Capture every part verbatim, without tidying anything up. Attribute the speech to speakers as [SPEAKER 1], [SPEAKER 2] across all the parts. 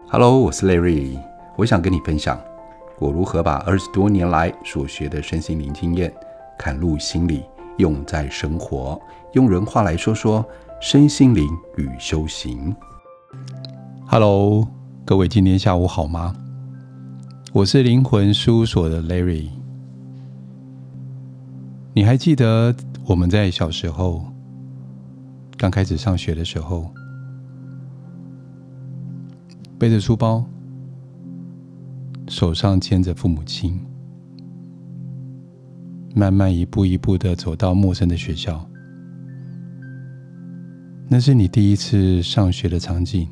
[SPEAKER 1] Hello，我是 Larry， 我想跟你分享我如何把二十多年来所学的身心灵经验嵌入心里，用在生活，用人话来说说身心灵与修行。Hello， 各位今天下午好吗？我是灵魂事务所的 Larry。你还记得我们在小时候刚开始上学的时候，背着书包，手上牵着父母亲，慢慢一步一步地走到陌生的学校。那是你第一次上学的场景。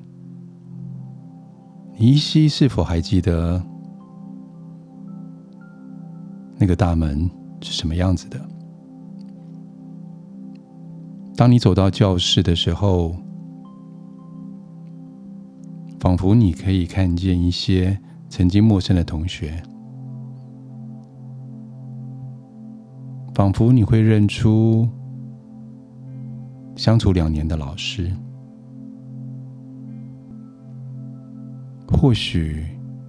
[SPEAKER 1] 你依稀是否还记得那个大门是什么样子的？当你走到教室的时候，仿佛你可以看见一些曾经陌生的同学，仿佛你会认出相处两年的老师。或许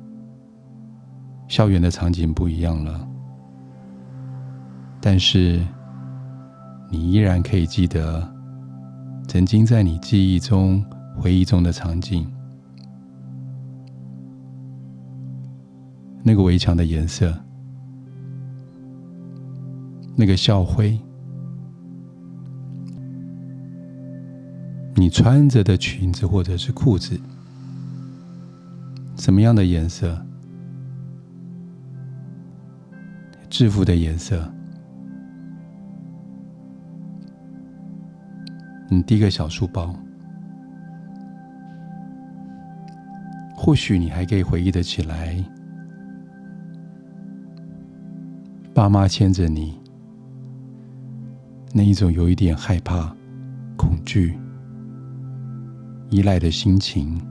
[SPEAKER 1] 校园的场景不一样了，但是你依然可以记得曾经在你记忆中、回忆中的场景。那个围墙的颜色，那个校徽，你穿着的裙子或者是裤子，什么样的颜色？制服的颜色，你第一个小书包，或许你还可以回忆得起来，爸妈牵着你，那一种有一点害怕、恐惧、依赖的心情。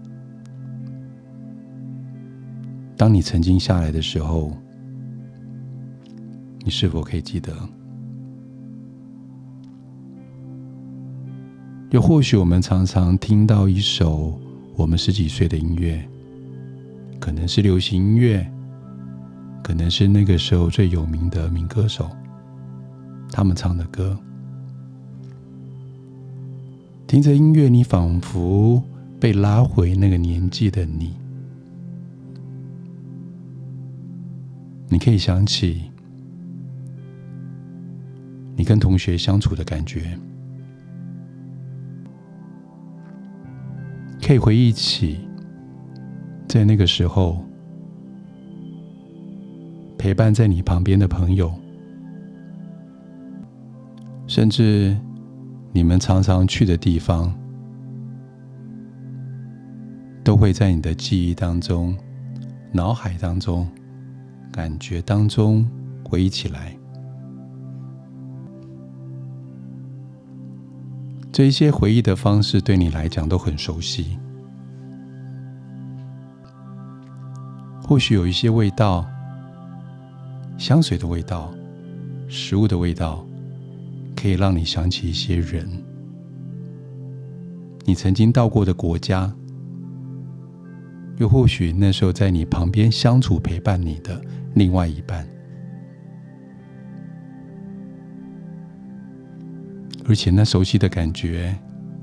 [SPEAKER 1] 当你曾经下来的时候，你是否可以记得？又或许我们常常听到一首我们十几岁的音乐，可能是流行音乐，可能是那个时候最有名的民歌手，他们唱的歌。听着音乐，你仿佛被拉回那个年纪的你。你可以想起你跟同学相处的感觉，可以回忆起在那个时候陪伴在你旁边的朋友，甚至你们常常去的地方，都会在你的记忆当中、脑海当中、感觉当中回忆起来。这一些回忆的方式对你来讲都很熟悉。或许有一些味道，香水的味道，食物的味道，可以让你想起一些人，你曾经到过的国家，又或许那时候在你旁边相处陪伴你的另外一半。而且那熟悉的感觉，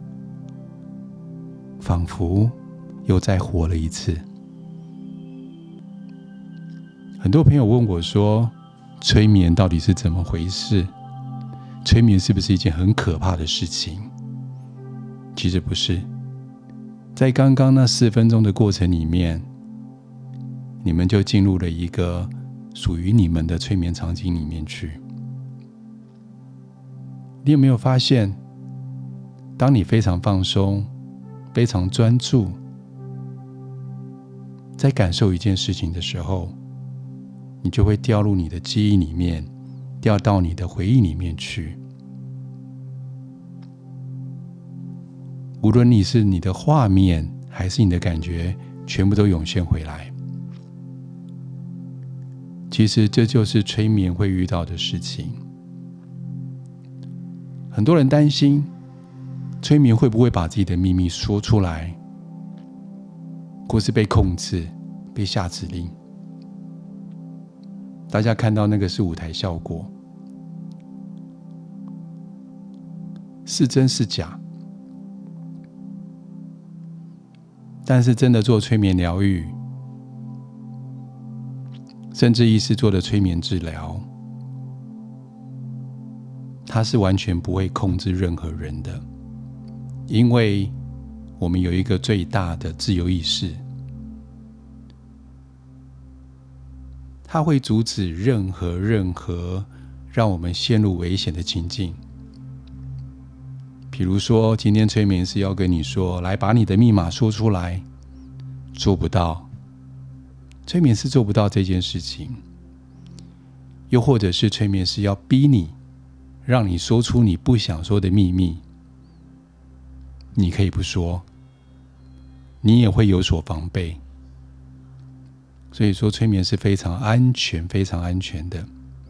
[SPEAKER 1] 仿佛又再活了一次。很多朋友问我说，催眠到底是怎么回事？催眠是不是一件很可怕的事情？其实不是。在刚刚那四分钟的过程里面，你们就进入了一个属于你们的催眠场景里面去。你有没有发现，当你非常放松、非常专注，在感受一件事情的时候，你就会掉入你的记忆里面，掉到你的回忆里面去。无论你是你的画面还是你的感觉，全部都涌现回来。其实这就是催眠会遇到的事情。很多人担心催眠会不会把自己的秘密说出来， 或是被控制、被下指令。大家看到那个是舞台效果，是真是假？但是真的做催眠疗愈，甚至医师做的催眠治疗，它是完全不会控制任何人的，因为我们有一个最大的自由意识，它会阻止任何任何让我们陷入危险的情境。比如说，今天催眠师要跟你说，来把你的密码说出来，做不到，催眠师做不到这件事情。又或者是催眠师要逼你，让你说出你不想说的秘密，你可以不说，你也会有所防备。所以说，催眠是非常安全、非常安全的，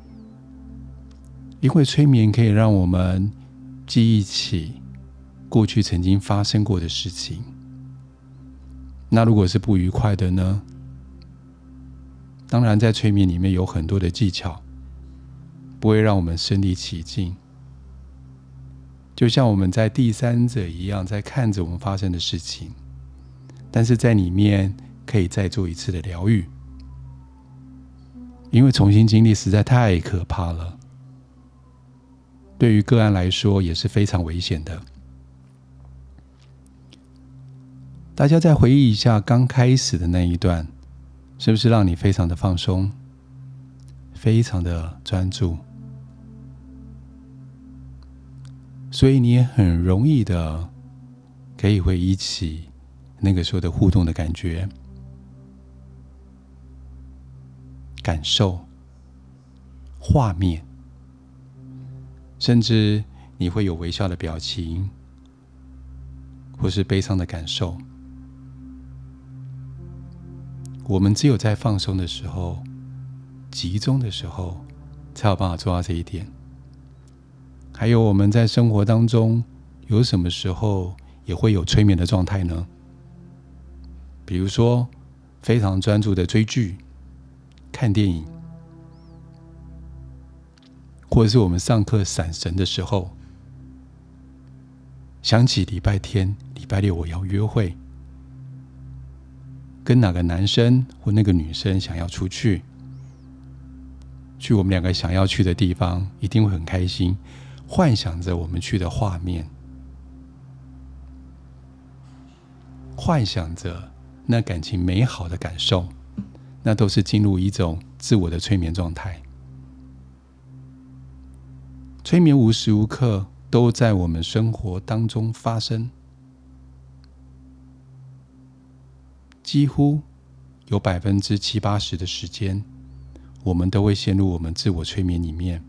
[SPEAKER 1] 因为催眠可以让我们记忆起过去曾经发生过的事情。那如果是不愉快的呢？当然，在催眠里面有很多的技巧，不会让我们身临其境，就像我们在第三者一样，在看着我们发生的事情，但是在里面可以再做一次的疗愈，因为重新经历实在太可怕了，对于个案来说也是非常危险的。大家再回忆一下刚开始的那一段，是不是让你非常的放松，非常的专注？所以你也很容易的可以回忆起那个时候的互动的感觉、感受、画面，甚至你会有微笑的表情，或是悲伤的感受。我们只有在放松的时候、集中的时候，才有办法做到这一点。还有我们在生活当中有什么时候也会有催眠的状态呢？比如说非常专注的追剧、看电影，或者是我们上课闪神的时候，想起礼拜天、礼拜六我要约会，跟哪个男生或那个女生想要出去，去我们两个想要去的地方，一定会很开心，幻想着我们去的画面，幻想着那感情美好的感受，那都是进入一种自我的催眠状态。催眠无时无刻都在我们生活当中发生，几乎有百分之七八十的时间，我们都会陷入我们自我催眠里面。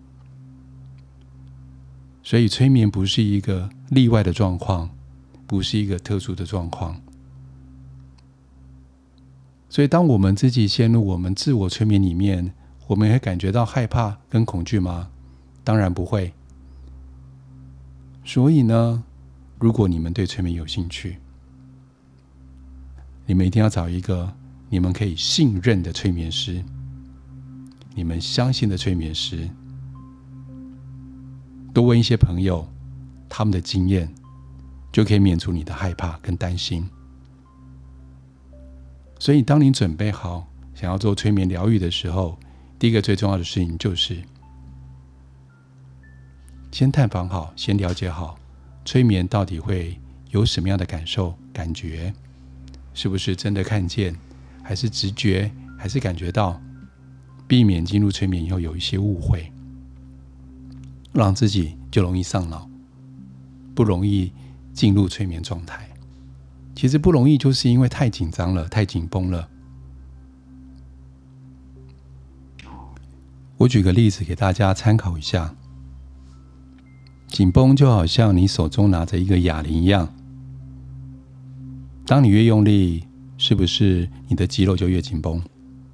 [SPEAKER 1] 所以催眠不是一个例外的状况，不是一个特殊的状况。所以当我们自己陷入我们自我催眠里面，我们会感觉到害怕跟恐惧吗？当然不会。所以呢，如果你们对催眠有兴趣，你们一定要找一个你们可以信任的催眠师，你们相信的催眠师，多问一些朋友他们的经验，就可以免除你的害怕跟担心。所以当你准备好想要做催眠疗愈的时候，第一个最重要的事情就是先探访好，先了解好催眠到底会有什么样的感受、感觉，是不是真的看见，还是直觉，还是感觉到，避免进入催眠以后有一些误会，让自己就容易上脑，不容易进入催眠状态。其实不容易，就是因为太紧张了，太紧绷了。我举个例子给大家参考一下。紧绷就好像你手中拿着一个哑铃一样，当你越用力，是不是你的肌肉就越紧绷？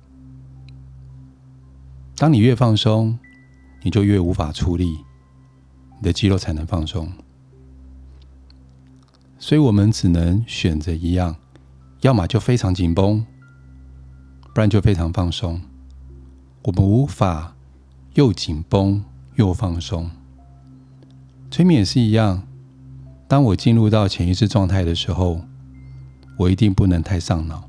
[SPEAKER 1] 当你越放松，你就越无法出力，你的肌肉才能放松。所以我们只能选择一样， 要么就非常紧绷，不然就非常放松。我们无法又紧绷又放松。催眠也是一样，当我进入到潜意识状态的时候，我一定不能太上脑。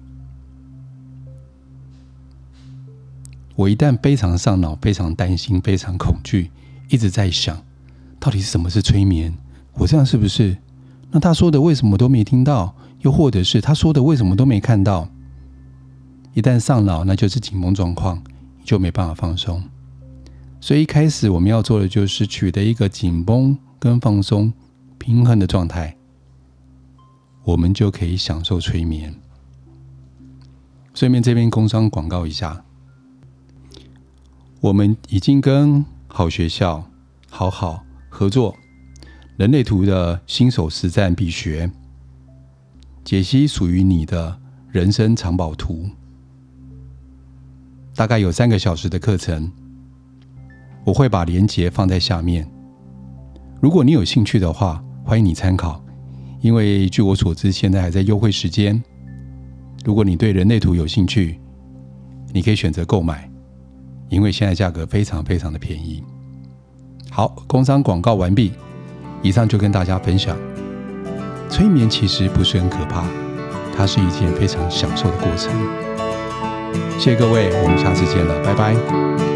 [SPEAKER 1] 我一旦非常上脑，非常担心，非常恐惧，一直在想到底是什么是催眠，我这样是不是？那他说的为什么都没听到？又或者是他说的为什么都没看到？一旦上脑，那就是紧绷状况，就没办法放松。所以一开始我们要做的就是取得一个紧绷跟放松平衡的状态，我们就可以享受催眠。顺便这边工商广告一下，我们已经跟好学校好好合作人类图的新手实战必学，解析属于你的人生藏宝图，大概有三个小时的课程，我会把连结放在下面。如果你有兴趣的话，欢迎你参考，因为据我所知现在还在优惠时间。如果你对人类图有兴趣，你可以选择购买，因为现在价格非常非常的便宜。好，工商广告完毕，以上就跟大家分享，催眠其实不是很可怕，它是一件非常享受的过程。谢谢各位，我们下次见了，拜拜。